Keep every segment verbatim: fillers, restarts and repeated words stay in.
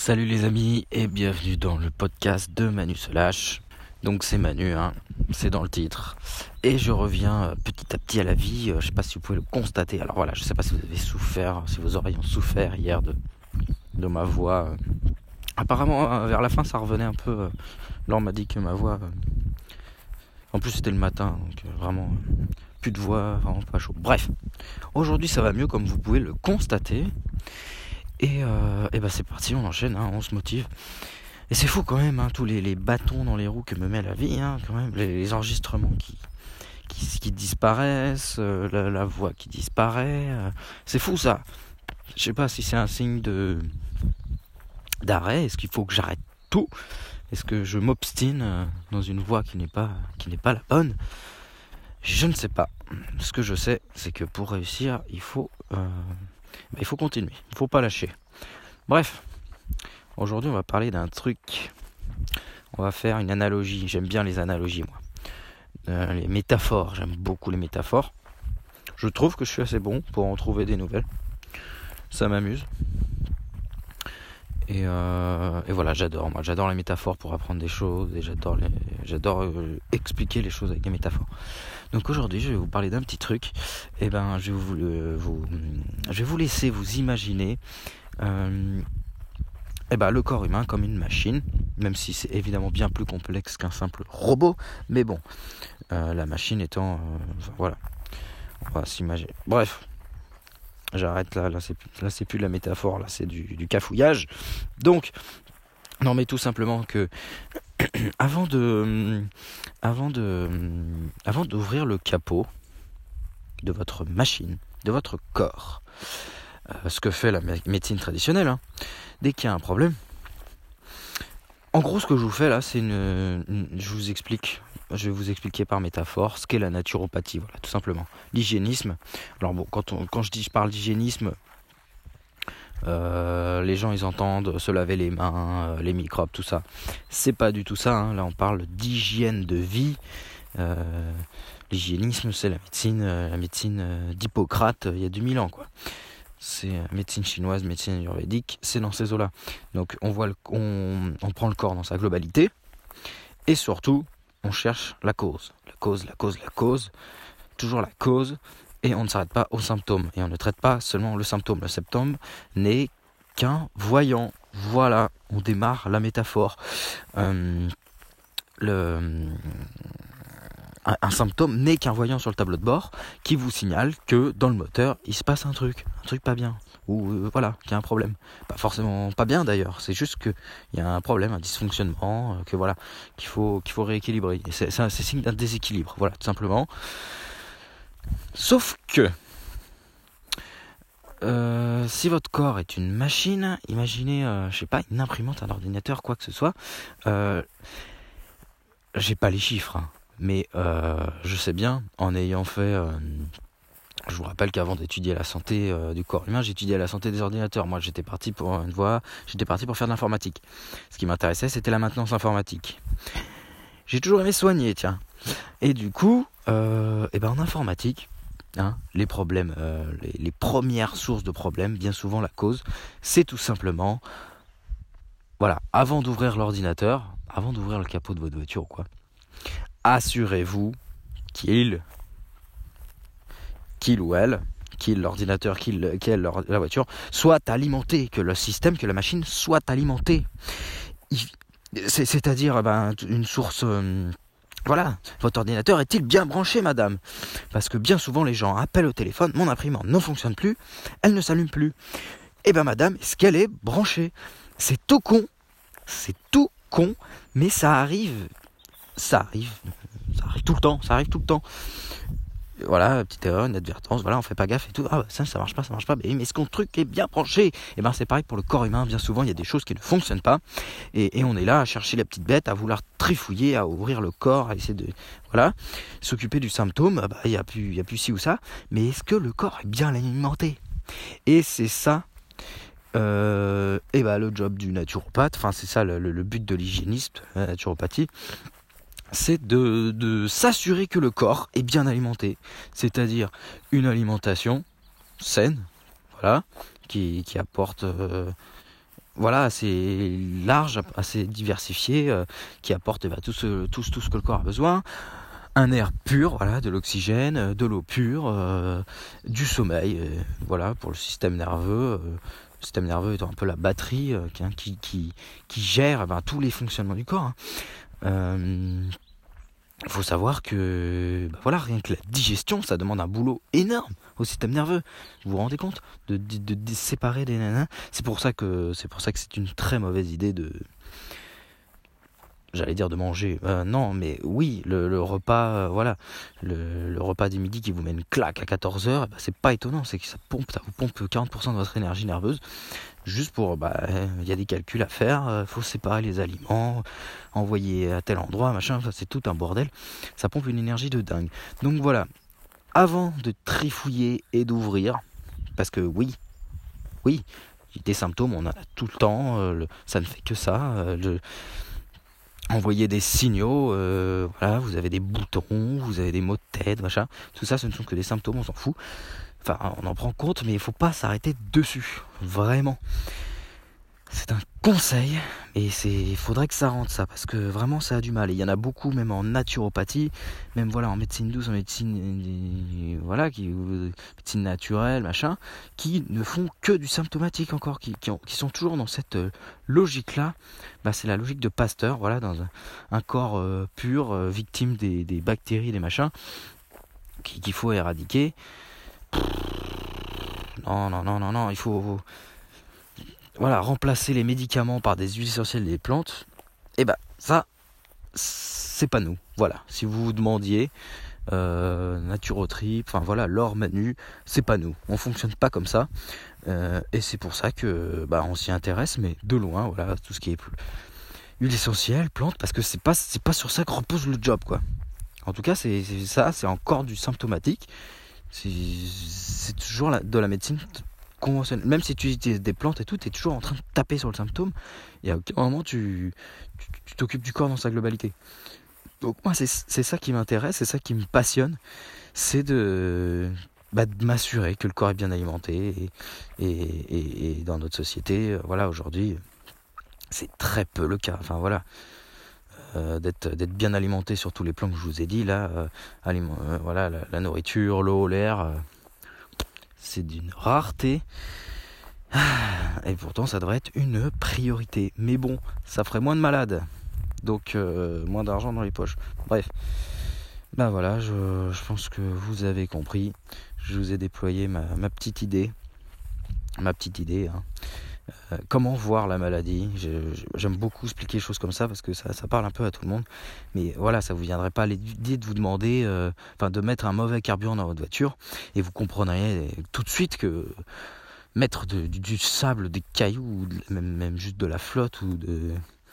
Salut les amis et bienvenue dans le podcast de Manu se lâche. Donc c'est Manu, hein, c'est dans le titre. Et je reviens euh, petit à petit à la vie, euh, je sais pas si vous pouvez le constater. Alors voilà, je sais pas si vous avez souffert, si vos oreilles ont souffert hier de, de ma voix. euh. Apparemment euh, vers la fin ça revenait un peu, euh, là on m'a dit que ma voix... euh, En plus c'était le matin, donc euh, vraiment euh, plus de voix, vraiment pas chaud. Bref, aujourd'hui ça va mieux comme vous pouvez le constater. Et, euh, et bah c'est parti, on enchaîne, hein, on se motive. Et c'est fou quand même, hein, tous les, les bâtons dans les roues que me met la vie, hein, quand même, les, les enregistrements qui, qui, qui disparaissent, euh, la, la voix qui disparaît. Euh, c'est fou ça. Je sais pas si c'est un signe de d'arrêt. Est-ce qu'il faut que j'arrête tout? Est-ce que je m'obstine euh, dans une voie qui n'est pas qui n'est pas la bonne? Je ne sais pas. Ce que je sais, c'est que pour réussir, il faut euh, bah, il faut continuer. Il faut pas lâcher. Bref. Aujourd'hui, on va parler d'un truc. On va faire une analogie. J'aime bien les analogies, moi. Euh, les métaphores. J'aime beaucoup les métaphores. Je trouve que je suis assez bon pour en trouver des nouvelles. Ça m'amuse. Et, euh, et voilà, j'adore. Moi, j'adore les métaphores pour apprendre des choses. Et j'adore, les, j'adore euh, expliquer les choses avec des métaphores. Donc aujourd'hui, je vais vous parler d'un petit truc. Et ben, je vais vous, euh, vous, je vais vous laisser vous imaginer. Euh, Eh ben, le corps humain comme une machine, même si c'est évidemment bien plus complexe qu'un simple robot, mais bon, euh, la machine étant, euh, enfin, voilà, on va s'imaginer. Bref, j'arrête là, là c'est, là c'est plus de la métaphore, là c'est du, du cafouillage. Donc, non mais tout simplement que avant de, avant de, avant d'ouvrir le capot de votre machine, de votre corps, euh, ce que fait la médecine traditionnelle, hein, dès qu'il y a un problème. En gros, ce que je vous fais là, c'est une, une, je vous explique, je vais vous expliquer par métaphore ce qu'est la naturopathie, voilà, tout simplement. L'hygiénisme. Alors bon, quand, on, quand je dis, je parle d'hygiénisme, euh, les gens ils entendent se laver les mains, euh, les microbes, tout ça. C'est pas du tout ça. Hein. Là, on parle d'hygiène de vie. Euh, l'hygiénisme, c'est la médecine, euh, la médecine euh, d'Hippocrate, euh, il y a deux mille ans, quoi. C'est médecine chinoise, médecine ayurvédique, c'est dans ces eaux-là. Donc on voit, le, on, on prend le corps dans sa globalité, et surtout, on cherche la cause. La cause, la cause, la cause, toujours la cause, et on ne s'arrête pas aux symptômes. Et on ne traite pas seulement le symptôme. Le symptôme n'est qu'un voyant. Voilà, on démarre la métaphore. Euh, le... Un, un symptôme n'est qu'un voyant sur le tableau de bord qui vous signale que dans le moteur il se passe un truc, un truc pas bien, ou euh, voilà, qu'il y a un problème. Pas forcément pas bien d'ailleurs, c'est juste qu'il y a un problème, un dysfonctionnement, euh, que voilà, qu'il faut, qu'il faut rééquilibrer. Et c'est, c'est, c'est signe d'un déséquilibre, voilà, tout simplement. Sauf que euh, si votre corps est une machine, imaginez, euh, je sais pas, une imprimante, un ordinateur, quoi que ce soit. Euh, j'ai pas les chiffres, hein. Mais euh, je sais bien, en ayant fait... Euh, je vous rappelle qu'avant d'étudier la santé euh, du corps humain, j'étudiais la santé des ordinateurs. Moi, j'étais parti pour une voie, j'étais parti pour faire de l'informatique. Ce qui m'intéressait, c'était la maintenance informatique. J'ai toujours aimé soigner, tiens. Et du coup, euh, et ben en informatique, hein, les problèmes, euh, les, les premières sources de problèmes, bien souvent la cause, c'est tout simplement, voilà, avant d'ouvrir l'ordinateur, avant d'ouvrir le capot de votre voiture ou quoi, assurez-vous qu'il, qu'il ou elle, qu'il l'ordinateur, qu'il, qu'elle, la voiture, soit alimenté, que le système, que la machine soit alimentée. Il, c'est, c'est-à-dire ben, une source... Euh, voilà, votre ordinateur est-il bien branché, madame? Parce que bien souvent, les gens appellent au téléphone, mon imprimante ne fonctionne plus, elle ne s'allume plus. Eh ben, madame, est-ce qu'elle est branchée? C'est tout con, c'est tout con, mais ça arrive... Ça arrive, ça arrive tout le temps, ça arrive tout le temps. Voilà, petite erreur, une advertence, voilà, on fait pas gaffe et tout. Ah, bah, ça, ça marche pas, ça marche pas. Mais est-ce qu'on truc est bien branché? Et ben, c'est pareil pour le corps humain. Bien souvent, il y a des choses qui ne fonctionnent pas. Et, et on est là à chercher la petite bête, à vouloir trifouiller, à ouvrir le corps, à essayer de, voilà, s'occuper du symptôme. Bah, il y a plus, il y a plus ci ou ça. Mais est-ce que le corps est bien alimenté? Et c'est ça. Euh, et bah, le job du naturopathe. Enfin, c'est ça le, le, le but de l'hygiéniste, la naturopathie. C'est de, de s'assurer que le corps est bien alimenté, c'est-à-dire une alimentation saine, voilà, qui, qui apporte euh, voilà, assez large, assez diversifié, euh, qui apporte eh ben, tout, ce, tout, tout ce que le corps a besoin. Un air pur, voilà, de l'oxygène, euh, de l'eau pure, euh, du sommeil, euh, voilà, pour le système nerveux. Euh, le système nerveux étant un peu la batterie euh, qui, qui, qui, qui gère eh ben, tous les fonctionnements du corps. Hein. Euh, Il faut savoir que bah voilà, rien que la digestion, ça demande un boulot énorme au système nerveux. Vous vous rendez compte de, de, de, de séparer des nanas. C'est pour ça que c'est pour ça que c'est une très mauvaise idée de, j'allais dire de manger. Euh, non, mais oui, le, le repas, euh, voilà, le, le repas du midi qui vous met une claque à quatorze heures, bah, c'est pas étonnant, c'est que ça pompe, ça vous pompe quarante pour cent de votre énergie nerveuse. Juste pour, bah, il y a des calculs à faire, il faut séparer les aliments, envoyer à tel endroit, machin, ça c'est tout un bordel. Ça pompe une énergie de dingue. Donc voilà, avant de trifouiller et d'ouvrir, parce que oui, oui, des symptômes, on en a tout le temps, euh, le, ça ne fait que ça. Euh, le, envoyer des signaux, euh, voilà, vous avez des boutons, vous avez des maux de tête, machin. Tout ça, ce ne sont que des symptômes, on s'en fout. Enfin, on en prend compte, mais il ne faut pas s'arrêter dessus. Vraiment. C'est un conseil, et il faudrait que ça rentre ça, parce que vraiment ça a du mal. Et il y en a beaucoup, même en naturopathie, même voilà, en médecine douce, en médecine, voilà, qui, médecine naturelle, machin, qui ne font que du symptomatique encore, qui, qui, ont, qui sont toujours dans cette euh, logique-là. Bah, c'est la logique de Pasteur, voilà, dans un, un corps euh, pur, euh, victime des, des bactéries, des machins, qui, qu'il faut éradiquer. Non, non, non, non, non, il faut... Voilà, remplacer les médicaments par des huiles essentielles des plantes, et ben ça, c'est pas nous. Voilà, si vous vous demandiez, euh, Naturotrip, enfin voilà, L'Or Manu, c'est pas nous. On fonctionne pas comme ça, euh, et c'est pour ça que bah on s'y intéresse, mais de loin, voilà, tout ce qui est plus huile essentielle, plantes, parce que c'est pas c'est pas sur ça que repose le job, quoi. En tout cas, c'est, c'est ça, c'est encore du symptomatique. C'est, c'est toujours la, de la médecine conventionnelle. Même si tu utilises des plantes et tout, tu es toujours en train de taper sur le symptôme. Et à aucun moment, tu, tu, tu t'occupes du corps dans sa globalité. Donc moi, c'est, c'est ça qui m'intéresse, c'est ça qui me passionne. C'est de, bah, de m'assurer que le corps est bien alimenté. Et, et, et, et dans notre société, voilà, aujourd'hui, c'est très peu le cas. Enfin voilà. Euh, d'être, d'être bien alimenté sur tous les plans que je vous ai dit là, euh, aliment, euh, voilà, la, la nourriture, l'eau, l'air, euh, c'est d'une rareté, et pourtant ça devrait être une priorité. Mais bon, ça ferait moins de malades, donc euh, moins d'argent dans les poches. Bref, ben voilà, je, je pense que vous avez compris. Je vous ai déployé ma, ma petite idée, ma petite idée. Hein. Euh, comment voir la maladie. je, je, J'aime beaucoup expliquer les choses comme ça parce que ça, ça parle un peu à tout le monde. Mais voilà, ça vous viendrait pas l'idée de vous demander, euh, enfin de mettre un mauvais carburant dans votre voiture et vous comprendriez tout de suite que mettre de, du, du sable, des cailloux, ou de, même, même juste de la flotte ou de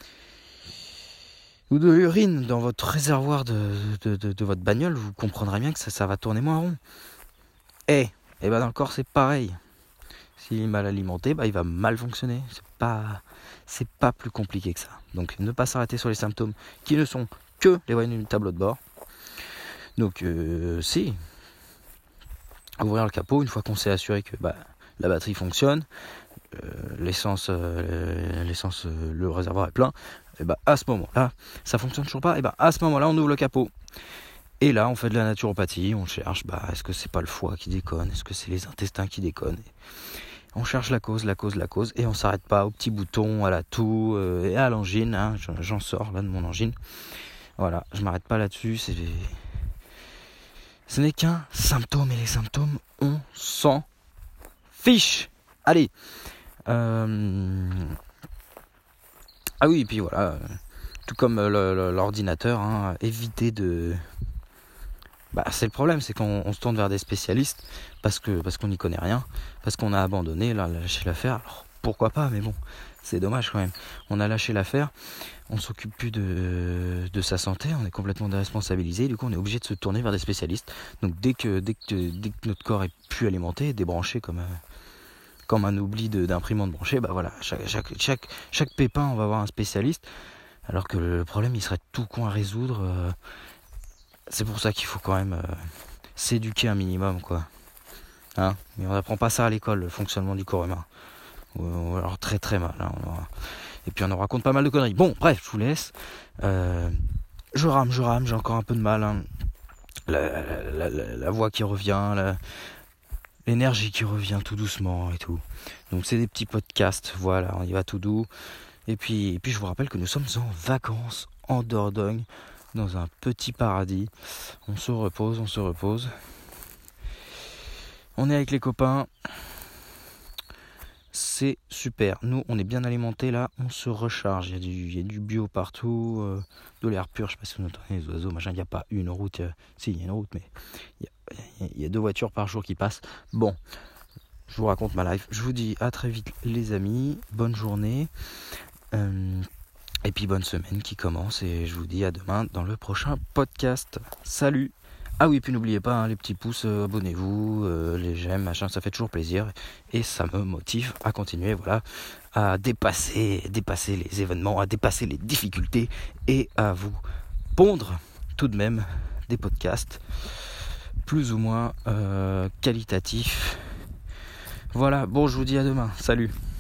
ou de l'urine dans votre réservoir de, de, de, de votre bagnole, vous comprendrez bien que ça, ça va tourner moins rond. Et, et ben dans le corps c'est pareil. S'il est mal alimenté, bah, il va mal fonctionner. C'est pas, c'est pas plus compliqué que ça. Donc ne pas s'arrêter sur les symptômes qui ne sont que les voyants du tableau de bord. Donc euh, si, ouvrir le capot une fois qu'on s'est assuré que bah, la batterie fonctionne, euh, l'essence, euh, l'essence, euh, le réservoir est plein, et bah à ce moment-là, ça fonctionne toujours pas, et bah à ce moment-là on ouvre le capot. Et là on fait de la naturopathie, on cherche, bah est-ce que c'est pas le foie qui déconne, est-ce que c'est les intestins qui déconnent. On cherche la cause, la cause, la cause, et on s'arrête pas au petit bouton, à la toux, euh, et à l'angine, hein, j'en sors là de mon angine. Voilà, je m'arrête pas là-dessus, c'est... Ce n'est qu'un symptôme, et les symptômes, on s'en fiche. Allez euh... Ah oui, et puis voilà, tout comme le, le, l'ordinateur, hein, éviter de... Bah, c'est le problème, c'est qu'on on se tourne vers des spécialistes parce que parce qu'on n'y connaît rien, parce qu'on a abandonné, là, lâché l'affaire. Alors pourquoi pas, mais bon, c'est dommage quand même. On a lâché l'affaire, on s'occupe plus de de sa santé, on est complètement déresponsabilisé. Du coup, on est obligé de se tourner vers des spécialistes. Donc dès que dès que dès que notre corps est plus alimenté, débranché comme euh, comme un oubli de, d'imprimante branchée, bah voilà, chaque chaque chaque chaque pépin, on va voir un spécialiste. Alors que le problème, il serait tout con à résoudre. Euh, C'est pour ça qu'il faut quand même euh, s'éduquer un minimum, quoi. Hein, mais on n'apprend pas ça à l'école, le fonctionnement du corps humain. ou, ou alors très très mal. Hein, on aura... Et puis on en raconte pas mal de conneries. Bon, bref, je vous laisse. Euh, je rame, je rame, j'ai encore un peu de mal. Hein. La, la, la, la voix qui revient, la, l'énergie qui revient tout doucement et tout. Donc c'est des petits podcasts, voilà, on y va tout doux. Et puis, et puis je vous rappelle que nous sommes en vacances en Dordogne, dans un petit paradis. On se repose, on se repose. On est avec les copains. C'est super. Nous, on est bien alimentés là, on se recharge. Il y a du, il y a du bio partout, euh, de l'air pur. Je sais pas si vous entendez les oiseaux, machin. Il n'y a pas une route. Euh, si, il y a une route, mais il y, a, il y a deux voitures par jour qui passent. Bon, je vous raconte ma life. Je vous dis à très vite, les amis. Bonne journée. Euh, et puis bonne semaine qui commence. Et je vous dis à demain dans le prochain podcast. Salut! Ah oui, puis n'oubliez pas, hein, les petits pouces, euh, abonnez-vous, euh, les j'aime, machin, ça fait toujours plaisir. Et ça me motive à continuer, voilà, à dépasser, dépasser les événements, à dépasser les difficultés et à vous pondre tout de même des podcasts plus ou moins euh, qualitatifs. Voilà, bon, je vous dis à demain. Salut!